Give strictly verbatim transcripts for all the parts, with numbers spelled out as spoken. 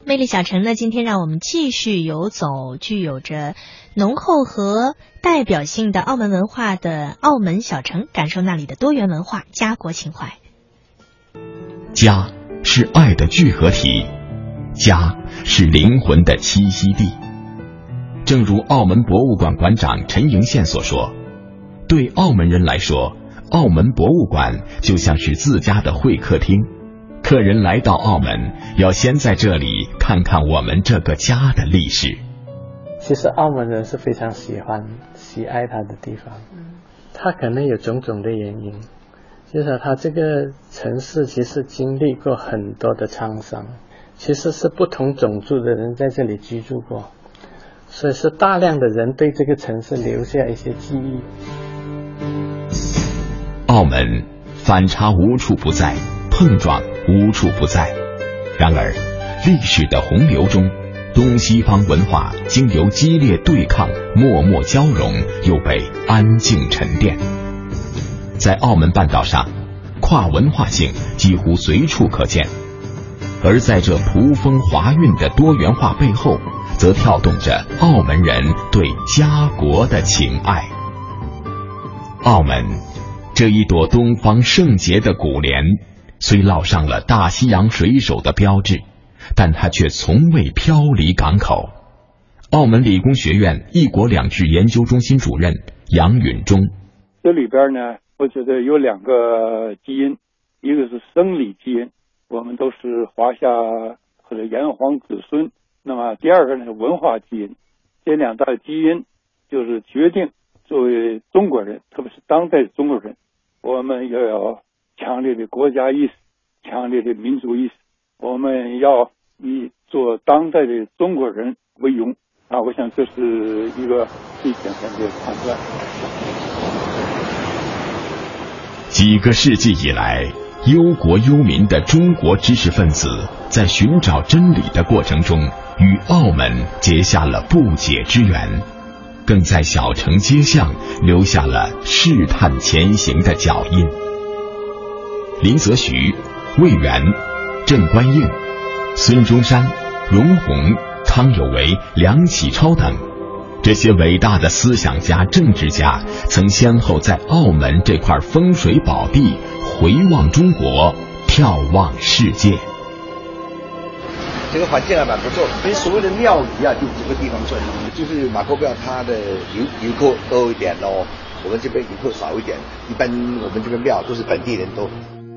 魅力小城呢，今天让我们继续游走具有着浓厚和代表性的澳门文化的澳门小城，感受那里的多元文化、家国情怀。 家是爱的聚合体，家是灵魂的栖息地。正如澳门博物馆馆长陈迎宪所说，对澳门人来说，澳门博物馆就像是自家的会客厅，客人来到澳门，要先在这里看看我们这个家的历史。 其实澳门人是非常喜欢喜爱他的地方，他可能有种种的原因，就是他这个城市其实经历过很多的沧桑，其实是不同种族的人在这里居住过，所以是大量的人对这个城市留下一些记忆。 澳门反差无处不在，碰撞无处不在，然而历史的洪流中，东西方文化经由激烈对抗默默交融，又被安静沉淀。在澳门半岛上，跨文化性几乎随处可见，而在这葡风华韵的多元化背后，则跳动着澳门人对家国的情爱。澳门这一朵东方圣洁的古莲，虽烙上了大西洋水手的标志，但它却从未飘离港口。澳门理工学院一国两制研究中心主任杨允中， 这里边呢，我觉得有两个基因，一个是生理基因，我们都是华夏或者炎黄子孙，那么第二个呢是文化基因，这两大基因就是决定作为中国人，特别是当代中国人，我们要有强烈的国家意识，强烈的民族意识，我们要以做当代的中国人为荣啊！我想这是一个最简单的判断。 几个世纪以来，忧国忧民的中国知识分子在寻找真理的过程中，与澳门结下了不解之缘，更在小城街巷留下了试探前行的脚印。林则徐、魏源、郑观应、孙中山、容闳、康有为、梁启超等这些伟大的思想家、政治家，曾先后在澳门这块风水宝地回望中国，眺望世界。 这个环境还蛮不错，所以所谓的庙宇啊，就这个地方算，就是马公庙它的游游客多一点咯，我们这边游客少一点，一般我们这个庙都是本地人多。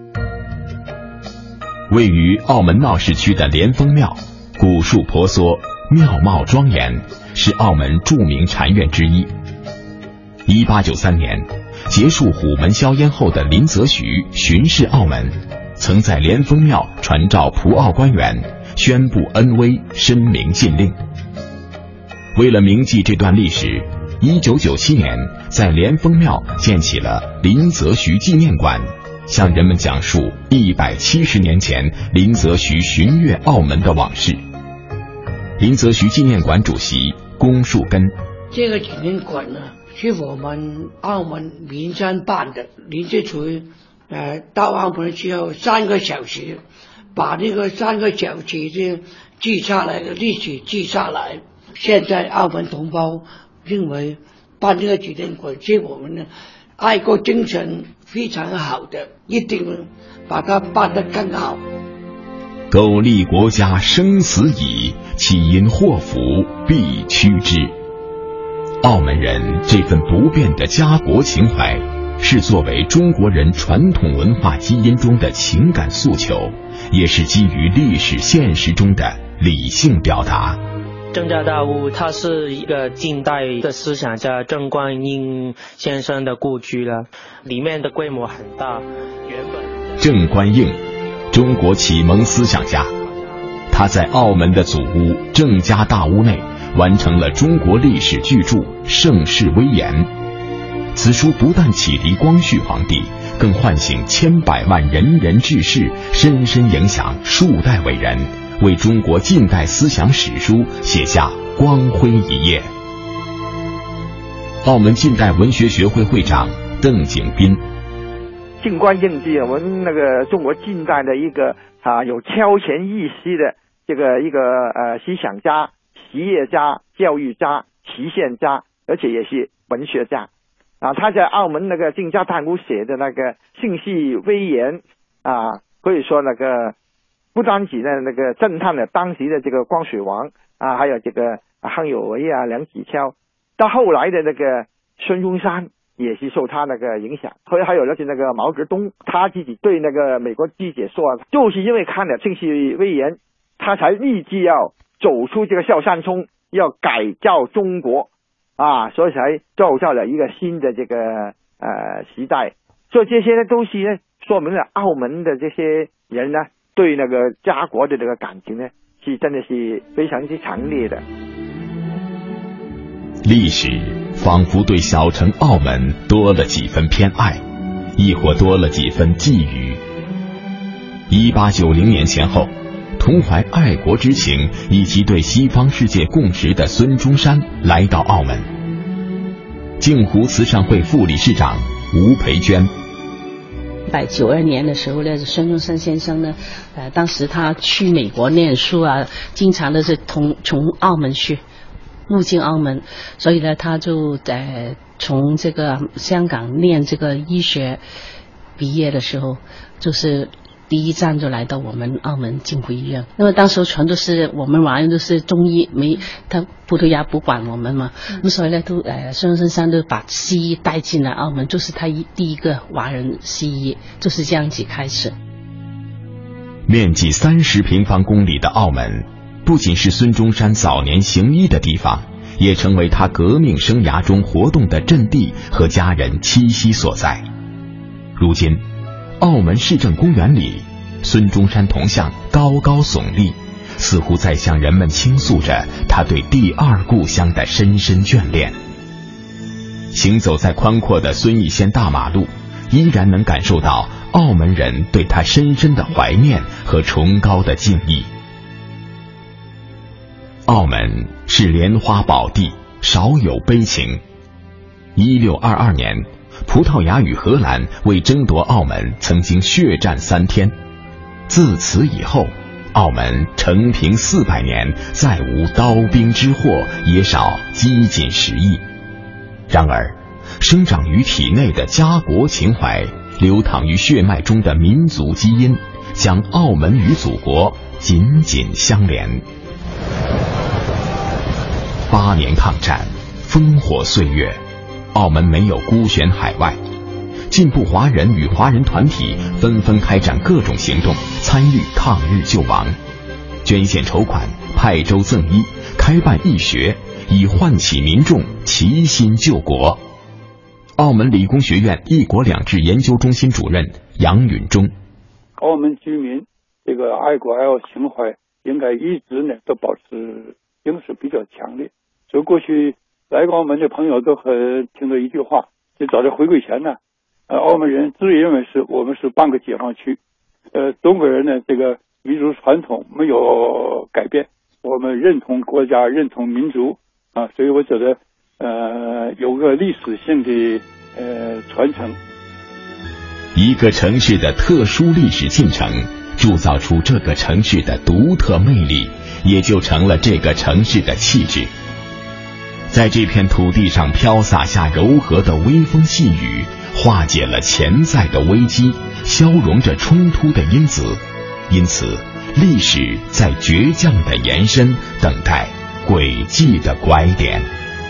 位于澳门闹市区的莲峰庙，古树婆娑，庙貌庄严，是澳门著名禅院之一。一八九三年，结束虎门销烟后的林则徐巡视澳门，曾在莲峰庙传召葡澳官员，宣布恩威，申明禁令。为了铭记这段历史，一九九七年在莲峰庙建起了林则徐纪念馆，向人们讲述一百七十年前林则徐巡阅澳门的往事。林则徐纪念馆主席龚树根， 这个纪念馆呢，是我们澳门民间办的。林则徐呃到澳门之后三个小时，把这个三个小时的记下来的历史记下来。现在澳门同胞认为办这个纪念馆是我们的爱国精神非常好的，一定把它办得更好。 苟利国家生死以，岂因祸福必趋之。澳门人这份不变的家国情怀，是作为中国人传统文化基因中的情感诉求，也是基于历史现实中的理性表达。 郑家大屋，它是一个近代的思想家郑观应先生的故居了，里面的规模很大。原本郑观应，中国启蒙思想家，他在澳门的祖屋郑家大屋内完成了中国历史巨著《盛世威严》。此书不但启迪光绪皇帝，更唤醒千百万仁人志士，深深影响数代伟人，为中国近代思想史书写下光辉一页。澳门近代文学学会会长邓景斌， 静观应是我们那个中国近代的一个啊有超前意识的这个一个呃思想家、企业家、教育家、实现家，而且也是文学家啊。他在澳门那个金家探屋写的那个信息威严啊，可以说那个不单只呢那个震撼了当时的这个光绪王啊，还有这个康有为啊、梁启超，到后来的那个孙中山也是受他那个影响，后来还有那些那个毛泽东，他自己对那个美国记者说，就是因为看了信息威严，他才立志要走出这个笑山冲，要改造中国啊，所以才造就了一个新的这个呃时代。所以这些呢都是呢说明了澳门的这些人呢对那个家国的这个感情呢是真的是非常之强烈的。 历史仿佛对小城澳门多了几分偏爱，亦或多了几分觊觎。一八九零年前后，同怀爱国之情以及对西方世界共识的孙中山来到澳门。镜湖慈善会副理事长吴培娟。 一八九二年的时候呢，孙中山先生呢，呃，当时他去美国念书啊，经常的是从从澳门去入境澳门，所以呢，他就呃从这个香港念这个医学毕业的时候，就是第一站就来到我们澳门镜湖医院。那么当时全都是我们华人都是中医，没他葡萄牙不管我们嘛，那、嗯、所以呢都呃孙中山都把西医带进来澳门，就是他一第一个华人西医，就是这样子开始。 面积三十平方公里的澳门，不仅是孙中山早年行医的地方，也成为他革命生涯中活动的阵地和家人栖息所在。如今澳门市政公园里，孙中山铜像高高耸立，似乎在向人们倾诉着他对第二故乡的深深眷恋。行走在宽阔的孙逸仙大马路，依然能感受到澳门人对他深深的怀念和崇高的敬意。澳门是莲花宝地，少有悲情。一六二二年，葡萄牙与荷兰为争夺澳门曾经血战三天，自此以后，澳门承平四百年，再无刀兵之祸，也少饥馑食疫。然而，生长于体内的家国情怀，流淌于血脉中的民族基因，将澳门与祖国紧紧相连。八年抗战，烽火岁月，澳门没有孤悬海外，进步华人与华人团体纷纷开展各种行动，参与抗日救亡，捐献筹款，派舟赠医，开办义学，以唤起民众齐心救国。澳门理工学院一国两制研究中心主任杨允中， 澳门居民这个爱国爱澳情怀应该一直呢都保持应是比较强烈。所以过去来过澳门的朋友都很听到一句话，就早在回归前呢，呃，澳门人自认为是我们是半个解放区，呃，中国人呢这个民族传统没有改变，我们认同国家，认同民族啊，所以我觉得呃有个历史性的呃传承。 一个城市的特殊历史进程，铸造出这个城市的独特魅力，也就成了这个城市的气质。在这片土地上飘洒下柔和的微风细雨，化解了潜在的危机，消融着冲突的因子。因此，历史在倔强的延伸，等待轨迹的拐点。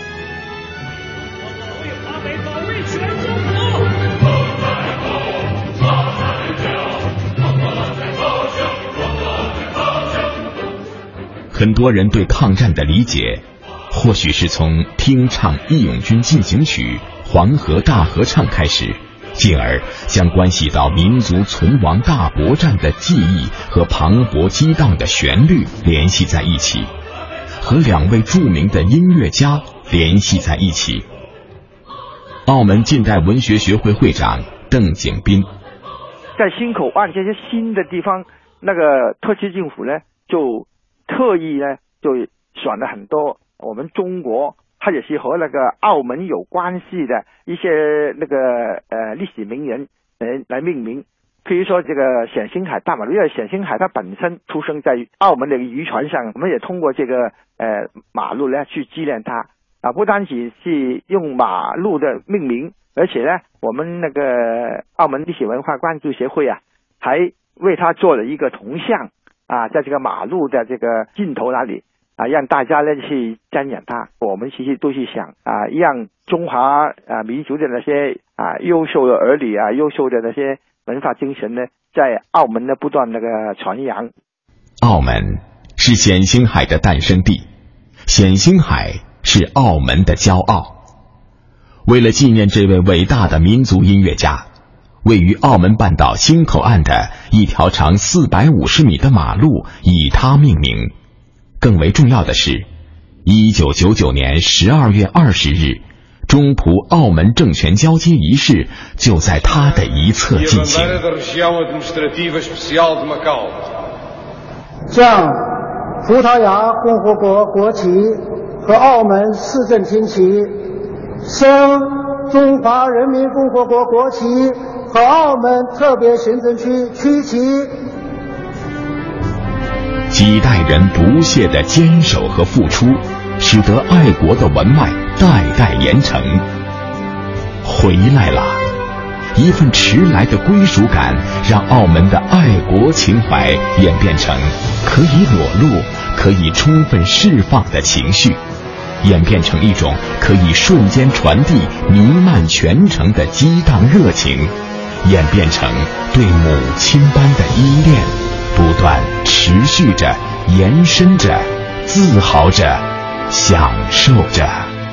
很多人对抗战的理解，或许是从听唱《义勇军进行曲》《黄河大合唱》开始，进而将关系到民族存亡大搏战的记忆和磅礴激荡的旋律联系在一起，和两位著名的音乐家联系在一起。澳门近代文学学会会长邓景斌， 在新口岸这些新的地方，那个特区政府呢就特意呢就选了很多我们中国或者是和那个澳门有关系的一些那个呃历史名人来来命名， 比如说这个冼星海大马路，因为冼星海他本身出生在澳门的渔船上，我们也通过这个呃马路呢去纪念他啊，不单只是用马路的命名，而且呢，我们那个澳门历史文化关注协会啊，还为他做了一个铜像啊，在这个马路的这个尽头那里啊，让大家呢去瞻仰他。我们其实都是想啊，让中华啊民族的那些啊优秀的儿女啊，优秀的那些文化精神呢，在澳门呢不断那个传扬。 澳门是冼星海的诞生地，冼星海是澳门的骄傲。为了纪念这位伟大的民族音乐家，位于澳门半岛新口岸的一条长四百五十米的马路以他命名。更为重要的是，一九九九年十二月二十日，中葡澳门政权交接仪式就在他的一侧进行。 将葡萄牙共和国国旗和澳门市政厅旗升中华人民共和国国旗和澳门特别行政区区旗。 几代人不懈的坚守和付出，使得爱国的文脉代代延承。回来了，一份迟来的归属感，让澳门的爱国情怀演变成可以裸露、可以充分释放的情绪，演变成一种可以瞬间传递、弥漫全城的激荡热情，演变成对母亲般的依恋，不断持续着、延伸着、自豪着、享受着。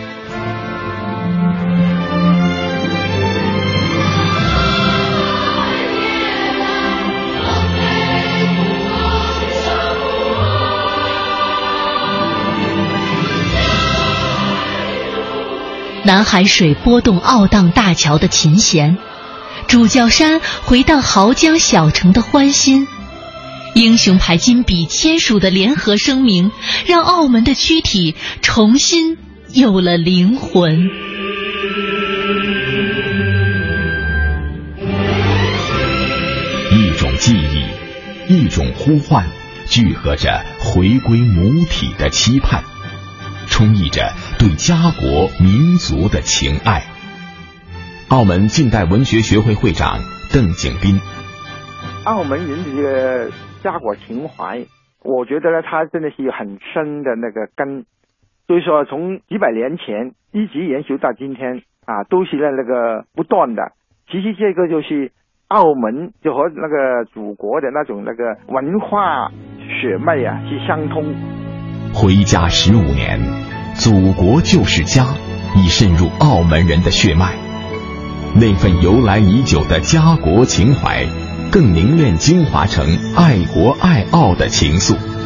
南海水拨动澳荡大桥的琴弦，主教山回荡濠江小城的欢欣。英雄牌金笔签署的联合声明，让澳门的躯体重新有了灵魂。 一种记忆，一种呼唤，聚合着回归母体的期盼，充溢着对家国民族的情爱。澳门近代文学学会会长邓景斌， 澳门人的这个家国情怀，我觉得呢，它真的是有很深的那个根，所以说从几百年前一直延续到今天啊，都是在那个不断的。其实这个就是澳门就和那个祖国的那种那个文化血脉啊是相通。 回家十五年，祖国就是家，已渗入澳门人的血脉。那份由来已久的家国情怀，更凝练精华成爱国爱澳的情愫。